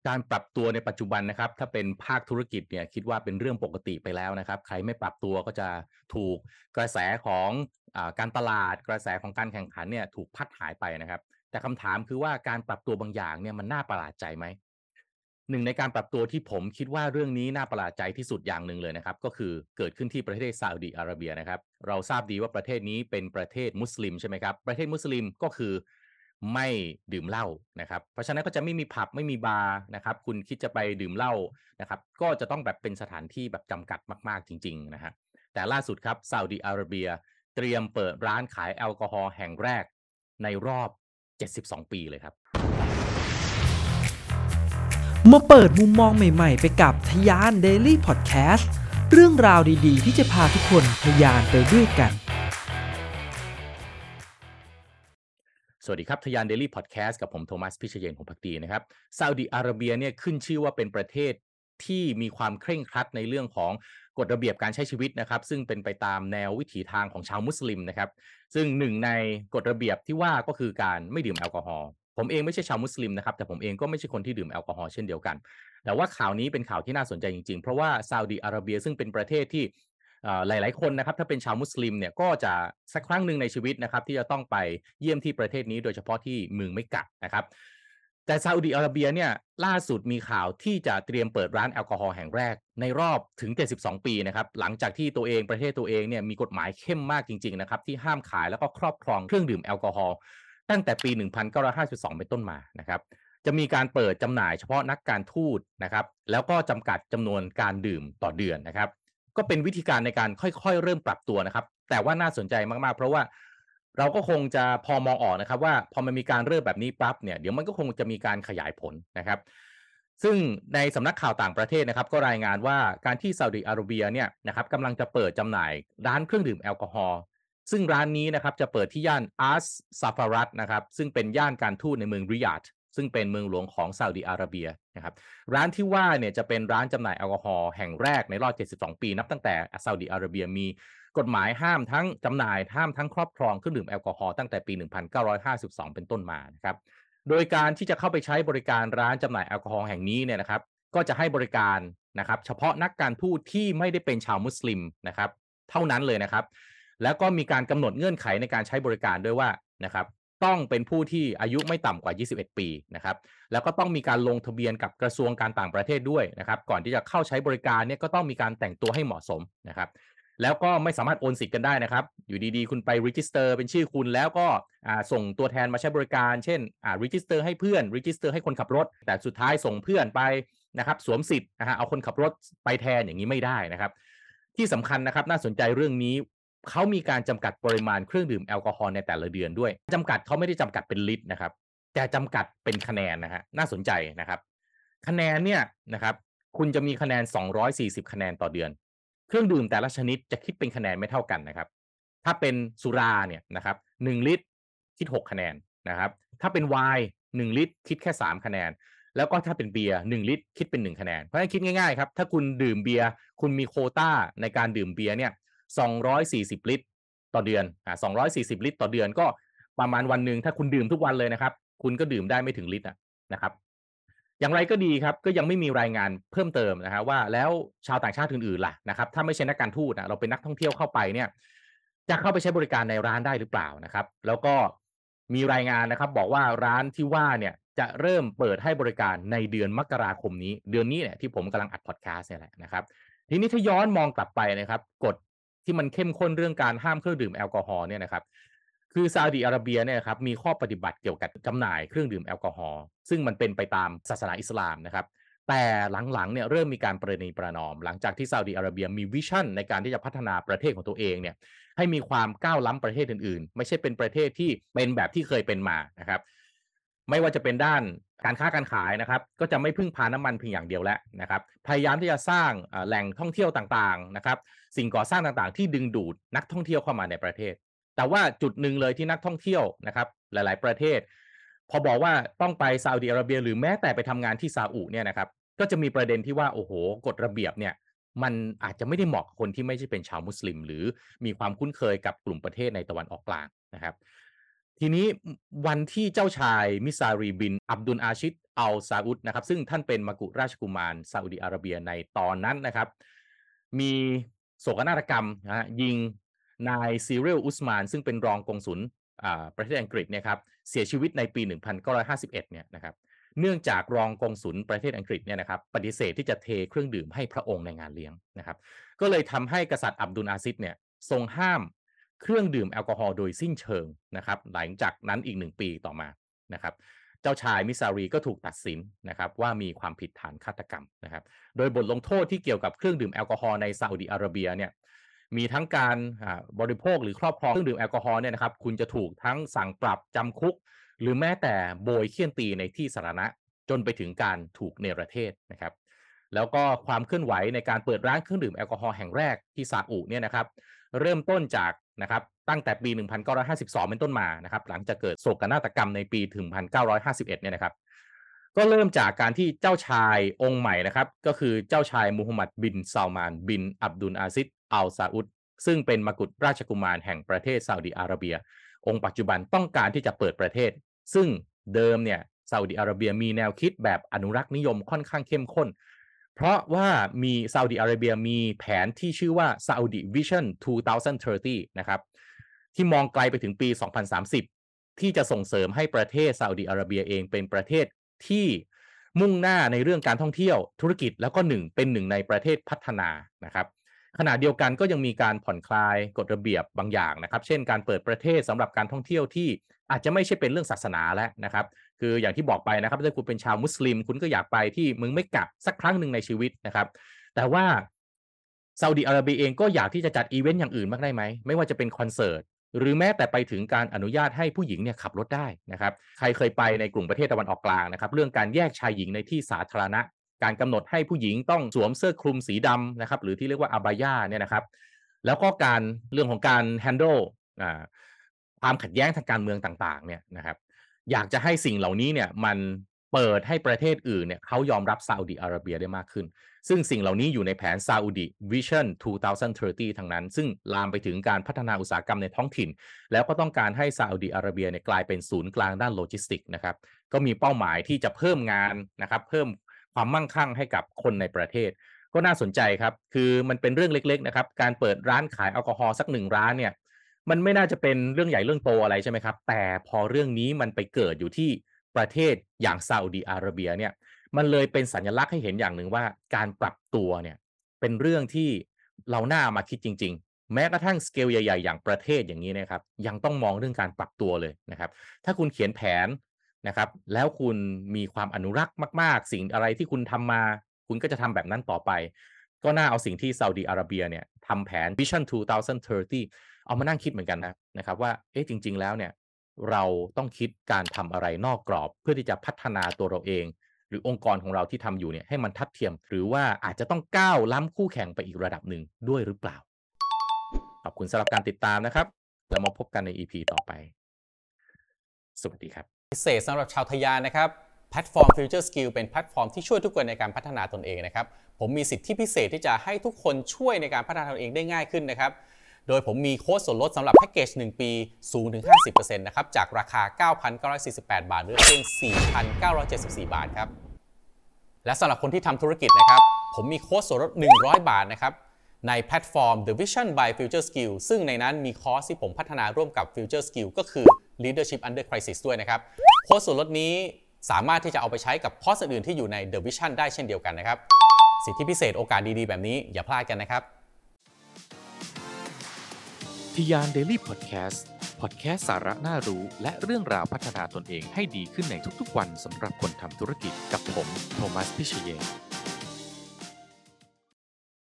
การปรับตัวในปัจจุบันนะครับถ้าเป็นภาคธุรกิจเนี่ยคิดว่าเป็นเรื่องปกติไปแล้วนะครับใครไม่ปรับตัวก็จะถูกกระแสของการตลาดกระแสของการแข่งขันเนี่ยถูกพัดหายไปนะครับแต่คำถามคือว่าการปรับตัวบางอย่างเนี่ยมันน่าประหลาดใจไหมหนึ่งในการปรับตัวที่ผมคิดว่าเรื่องนี้น่าประหลาดใจที่สุดอย่างหนึ่งเลยนะครับก็คือเกิดขึ้นที่ประเทศซาอุดิอาระเบียนะครับเราทราบดีว่าประเทศนี้เป็นประเทศมุสลิมใช่ไหมครับประเทศมุสลิมก็คือไม่ดื่มเหล้านะครับเพราะฉะนั้นก็จะไม่มีผับไม่มีบาร์นะครับคุณคิดจะไปดื่มเหล้านะครับก็จะต้องแบบเป็นสถานที่แบบจำกัดมากๆจริงๆนะฮะแต่ล่าสุดครับซาอุดิอาระเบียเตรียมเปิดร้านขายแอลกอฮอล์แห่งแรกในรอบ72ปีเลยครับมาเปิดมุมมองใหม่ๆไปกับทะยาน Daily Podcast เรื่องราวดีๆที่จะพาทุกคนทะยานไปด้วยกันสวัสดีครับทยาน Daily Podcast กับผมโทมัสพิเชยนพงษ์ภักดีนะครับซาอุดิอาระเบียเนี่ยขึ้นชื่อว่าเป็นประเทศที่มีความเคร่งครัดในเรื่องของกฎระเบียบการใช้ชีวิตนะครับซึ่งเป็นไปตามแนววิถีทางของชาวมุสลิมนะครับซึ่งหนึ่งในกฎระเบียบที่ว่าก็คือการไม่ดื่มแอลกอฮอล์ผมเองไม่ใช่ชาวมุสลิมนะครับแต่ผมเองก็ไม่ใช่คนที่ดื่มแอลกอฮอล์เช่นเดียวกันแต่ว่าข่าวนี้เป็นข่าวที่น่าสนใจจริงๆเพราะว่าซาอุดิอาระเบียซึ่งเป็นประเทศที่หลายๆคนนะครับถ้าเป็นชาวมุสลิมเนี่ยก็จะสักครั้งหนึ่งในชีวิตนะครับที่จะต้องไปเยี่ยมที่ประเทศนี้โดยเฉพาะที่เมืองเมกกะนะครับแต่ซาอุดิอาระเบียเนี่ยล่าสุดมีข่าวที่จะเตรียมเปิดร้านแอลกอฮอล์แห่งแรกในรอบถึง72ปีนะครับหลังจากที่ตัวเองประเทศตัวเองเนี่ยมีกฎหมายเข้มมากจริงๆนะครับที่ห้ามขายแล้วก็ครอบครองเครื่องดื่มแอลกอฮอล์ตั้งแต่ปี1952เป็นต้นมานะครับจะมีการเปิดจำหน่ายเฉพาะนักการทูตนะครับแล้วก็จำกัดจำนวนการดื่มต่อเดือนนะครับ ก็เป็นวิธีการในการค่อยๆเริ่มปรับตัวนะครับแต่ว่าน่าสนใจมากๆเพราะว่าเราก็คงจะพอมองออกนะครับว่าพอมันมีการเริ่มแบบนี้ปั๊บเนี่ยเดี๋ยวมันก็คงจะมีการขยายผลนะครับซึ่งในสำนักข่าวต่างประเทศนะครับก็รายงานว่าการที่ซาอุดิอาระเบียเนี่ยนะครับกำลังจะเปิดจำหน่ายร้านเครื่องดื่มแอลกอฮอล์ซึ่งร้านนี้นะครับจะเปิดที่ย่านอาร์สซาฟารัตนะครับซึ่งเป็นย่านการทูตในเมืองริยาดซึ่งเป็นเมืองหลวงของซาอุดิอาระเบียนะครับ ร้านที่ว่าเนี่ยจะเป็นร้านจำหน่ายแอลกอฮอล์แห่งแรกในรอบ72ปีนับตั้งแต่ซาอุดิอาระเบียมีกฎหมายห้ามทั้งจำหน่ายห้ามทั้งครอบครองเครื่องดื่มแอลกอฮอล์ตั้งแต่ปี1952เป็นต้นมานะครับโดยการที่จะเข้าไปใช้บริการร้านจำหน่ายแอลกอฮอล์แห่งนี้เนี่ยนะครับก็จะให้บริการนะครับเฉพาะนักการทูตที่ไม่ได้เป็นชาวมุสลิมนะครับเท่านั้นเลยนะครับแล้วก็มีการกำหนดเงื่อนไขในการใช้บริการด้วยว่านะครับต้องเป็นผู้ที่อายุไม่ต่ำกว่า21ปีนะครับ แล้วก็ต้องมีการลงทะเบียนกับกระทรวงการต่างประเทศด้วยนะครับก่อนที่จะเข้าใช้บริการเนี่ยก็ต้องมีการแต่งตัวให้เหมาะสมนะครับแล้วก็ไม่สามารถโอนสิทธิ์กันได้นะครับอยู่ดีๆคุณไป register เป็นชื่อคุณแล้วก็ส่งตัวแทนมาใช้บริการเช่นregister ให้เพื่อน register ให้คนขับรถแต่สุดท้ายส่งเพื่อนไปนะครับสวมสิทธิ์นะฮะเอาคนขับรถไปแทนอย่างนี้ไม่ได้นะครับที่สำคัญนะครับน่าสนใจเรื่องนี้เขามีการจำกัดปริมาณเครื่องดื่มแอลกอฮอล์ในแต่ละเดือนด้วยจำกัดเขาไม่ได้จำกัดเป็นลิตรนะครับ แต่จำกัดเป็นคะแนนนะฮะน่าสนใจนะครับคะแนนเนี่ยนะครับคุณจะมีคะแนน240คะแนนต่อเดือนเครื่องดื่มแต่ละชนิดจะคิดเป็นคะแนนไม่เท่ากันนะครับถ้าเป็นสุราเนี่ยนะครับ1ลิตรคิด6คะแนนนะครับถ้าเป็นไวน์1ลิตรคิดแค่3คะแนนแล้วก็ถ้าเป็นเบียร์1ลิตรคิดเป็น1คะแนนเพราะฉะนั้นคิดง่ายๆครับถ้าคุณดื่มเบียร์คุณมีโควตาในการดื่มเบียร์เนี่ย240ลิตรต่อเดือน240ลิตรต่อเดือนก็ประมาณวันหนึ่งถ้าคุณดื่มทุกวันเลยนะครับ คุณก็ดื่มได้ไม่ถึงลิตรนะครับอย่างไรก็ดีครับก็ยังไม่มีรายงานเพิ่มเติมนะครับว่าแล้วชาวต่างชาติอื่นๆล่ะนะครับถ้าไม่ใช่นักการทูตเราเป็นนักท่องเที่ยวเข้าไปเนี่ยจะเข้าไปใช้บริการในร้านได้หรือเปล่านะครับแล้วก็มีรายงานนะครับบอกว่าร้านที่ว่าเนี่ยจะเริ่มเปิดให้บริการในเดือนมกราคมนี้เดือนนี้เนี่ยที่ผมกำลังอัดพอดแคสต์เนี่ยแหละนะครับทีนี้ถ้าย้อนมองกลับไปนะครับกฎที่มันเข้มข้นเรื่องการห้ามเครื่องดื่มแอลกอฮอล์เนี่ยนะครับ คือซาอุดิอาระเบียเนี่ยครับมีข้อปฏิบัติเกี่ยวกับจำหน่ายเครื่องดื่มแอลกอฮอล์ซึ่งมันเป็นไปตามศาสนาอิสลามนะครับแต่หลังๆเนี่ยเริ่มมีการประนีประนอมหลังจากที่ซาอุดิอาระเบียมีวิชั่นในการที่จะพัฒนาประเทศของตัวเองเนี่ยให้มีความก้าวล้ำประเทศอื่นๆไม่ใช่เป็นประเทศที่เป็นแบบที่เคยเป็นมานะครับไม่ว่าจะเป็นด้านการค้าการขายนะครับก็จะไม่พึ่งพาน้ำมันเพียงอย่างเดียวแล้วนะครับพยายามที่จะสร้างแหล่งท่องเที่ยวต่างๆนะครับสิ่งก่อสร้างต่างๆที่ดึงดูดนักท่องเที่ยวเข้ามาในประเทศ แต่ว่าจุดหนึ่งเลยที่นักท่องเที่ยวนะครับหลายๆประเทศพอบอกว่าต้องไปซาอุดิอาระเบียหรือแม้แต่ไปทำงานที่ซาอุเนี่ยนะครับก็จะมีประเด็นที่ว่าโอ้โหกฎระเบียบเนี่ยมันอาจจะไม่ได้เหมาะกับคนที่ไม่ใช่เป็นชาวมุสลิมหรือมีความคุ้นเคยกับกลุ่มประเทศในตะวันออกกลางนะครับทีนี้วันที่เจ้าชายมิซารีบินอับดุลอาชิดอัลซาอุดนะครับซึ่งท่านเป็นมกุฎราชกุมารซาอุดิอาระเบียในตอนนั้นนะครับมีโศกนาฏกรรมนะฮะยิงนายซีเรียลอุสมานซึ่งเป็นรองกงสุลประเทศอังกฤษเนี่ยครับเสียชีวิตในปี 1951 เนี่ยนะครับเนื่องจากรองกงสุลประเทศอังกฤษเนี่ยนะครับปฏิเสธที่จะเทเครื่องดื่มให้พระองค์ในงานเลี้ยงนะครับก็เลยทำให้กษัตริย์อับดุลอาซิดเนี่ยทรงห้ามเครื่องดื่มแอลกอฮอล์โดยสิ้นเชิงนะครับหลังจากนั้นอีก1ปีต่อมานะครับเจ้าชายมิซารีก็ถูกตัดสินนะครับว่ามีความผิดฐานฆาตกรรมนะครับโดยบทลงโทษที่เกี่ยวกับเครื่องดื่มแอลกอฮอล์ในซาอุดิอาระเบียเนี่ยมีทั้งการบริโภคหรือครอบครองเครื่องดื่มแอลกอฮอล์เนี่ยนะครับคุณจะถูกทั้งสั่งปรับจำคุกหรือแม้แต่โบยเฆี่ยนตีในที่สาธารณะจนไปถึงการถูกเนรเทศนะครับแล้วก็ความเคลื่อนไหวในการเปิดร้านเครื่องดื่มแอลกอฮอล์แห่งแรกที่ซาอุเนี่ยนะครับเริ่มต้นจากนะครับตั้งแต่ปี 1952 เป็นต้นมานะครับหลังจากเกิดโศกนาฏกรรมในปี 1951 เนี่ยนะครับก็เริ่มจากการที่เจ้าชายองค์ใหม่นะครับก็คือเจ้าชายมูฮัมหมัดบินซัลมานบินอับดุลอาซิดอัลซาอุดซึ่งเป็นมกุฎราชกุมารแห่งประเทศซาอุดิอาระเบียองค์ปัจจุบันต้องการที่จะเปิดประเทศซึ่งเดิมเนี่ยซาอุดิอาระเบียมีแนวคิดแบบอนุรักษ์นิยมค่อนข้างเข้มข้นเพราะว่ามีซาอุดิอาระเบียมีแผนที่ชื่อว่า Saudi Vision 2030 นะครับที่มองไกลไปถึงปี 2030 ที่จะส่งเสริมให้ประเทศซาอุดิอาระเบียเองเป็นประเทศที่มุ่งหน้าในเรื่องการท่องเที่ยวธุรกิจแล้วก็เป็นหนึ่งในประเทศพัฒนานะครับขณะเดียวกันก็ยังมีการผ่อนคลายกฎระเบียบบางอย่างนะครับเช่นการเปิดประเทศสำหรับการท่องเที่ยวที่อาจจะไม่ใช่เป็นเรื่องศาสนาแล้วนะครับคืออย่างที่บอกไปนะครับถ้าคุณเป็นชาวมุสลิมคุณก็อยากไปที่เมืองเมกกะสักครั้งหนึ่งในชีวิตนะครับแต่ว่าซาอุดิอาระเบียเองก็อยากที่จะจัดอีเวนต์อย่างอื่นบ้างได้ไหมไม่ว่าจะเป็นคอนเสิร์ตหรือแม้แต่ไปถึงการอนุญาตให้ผู้หญิงเนี่ยขับรถได้นะครับใครเคยไปในกลุ่มประเทศตะวันออกกลางนะครับเรื่องการแยกชายหญิงในที่สาธารณะการกำหนดให้ผู้หญิงต้องสวมเสื้อคลุมสีดำนะครับหรือที่เรียกว่าอาบายาเนี่ยนะครับแล้วก็เรื่องของการ handle ความขัดแย้งทางการเมืองต่างๆเนี่ยนะครับอยากจะให้สิ่งเหล่านี้เนี่ยมันเปิดให้ประเทศอื่นเนี่ยเขายอมรับซาอุดิอาระเบียได้มากขึ้นซึ่งสิ่งเหล่านี้อยู่ในแผน Saudi Vision 2030 ทั้งนั้นซึ่งลามไปถึงการพัฒนาอุตสาหกรรมในท้องถิ่นแล้วก็ต้องการให้ซาอุดิอาระเบียเนี่ยกลายเป็นศูนย์กลางด้านโลจิสติกส์นะครับก็มีเป้าหมายที่จะเพิ่มงานนะครับเพิ่มความมั่งคั่งให้กับคนในประเทศก็น่าสนใจครับคือมันเป็นเรื่องเล็กๆนะครับการเปิดร้านขายแอลกอฮอล์สัก1ร้านเนี่ยมันไม่น่าจะเป็นเรื่องใหญ่เรื่องโตอะไรใช่ไหมครับแต่พอเรื่องนี้มันไปเกิดอยู่ที่ประเทศอย่างซาอุดิอาระเบียเนี่ยมันเลยเป็นสัญลักษณ์ให้เห็นอย่างหนึ่งว่าการปรับตัวเนี่ยเป็นเรื่องที่เราน่ามาคิดจริงๆแม้กระทั่งสเกลใหญ่ๆอย่างประเทศอย่างนี้นะครับยังต้องมองเรื่องการปรับตัวเลยนะครับถ้าคุณเขียนแผนนะครับแล้วคุณมีความอนุรักษ์มากๆสิ่งอะไรที่คุณทำมาคุณก็จะทำแบบนั้นต่อไปก็น่าเอาสิ่งที่ซาอุดิอาระเบียเนี่ยทำแผน Vision 2030 เอามานั่งคิดเหมือนกันนะครับว่าจริงๆแล้วเนี่ยเราต้องคิดการทำอะไรนอกกรอบเพื่อที่จะพัฒนาตัวเราเองหรือองค์กรของเราที่ทำอยู่เนี่ยให้มันทัดเทียมหรือว่าอาจจะต้องก้าวล้ำคู่แข่งไปอีกระดับหนึ่งด้วยหรือเปล่าขอบคุณสำหรับการติดตามนะครับแล้วมาพบกันใน EP ต่อไปสวัสดีครับพิเศษสำหรับชาวทยานนะครับแพลตฟอร์ม Future Skill เป็นแพลตฟอร์มที่ช่วยทุกคนในการพัฒนาตนเองนะครับผมมีสิทธิพิเศษที่จะให้ทุกคนช่วยในการพัฒนาตนเองได้ง่ายขึ้นนะครับโดยผมมีโค้ดส่วนลดสำหรับแพ็กเกจ1ปีสูงถึง 50% นะครับจากราคา 9,948 บาทเหลือเพียง 4,974 บาทครับและสำหรับคนที่ทำธุรกิจนะครับผมมีโค้ดส่วนลด100 บาทนะครับในแพลตฟอร์ม The Vision by Future Skill ซึ่งในนั้นมีคอร์สที่ผมพัฒนาร่วมกับ Future Skill ก็คือ Leadership Under Crisis ด้วยนะครับโค้ดส่วนลดนี้สามารถที่จะเอาไปใช้กับคอร์สอื่นๆที่อยู่ใน The Vision ได้เช่นเดียวกันนะครับสิทธิพิเศษโอกาสดีๆแบบนี้อย่าพลาดกันนะครับทยาน Daily Podcast สาระน่ารู้และเรื่องราวพัฒนาตนเองให้ดีขึ้นในทุกๆวันสำหรับคนทำธุรกิจกับผมโทมัสพิชเยน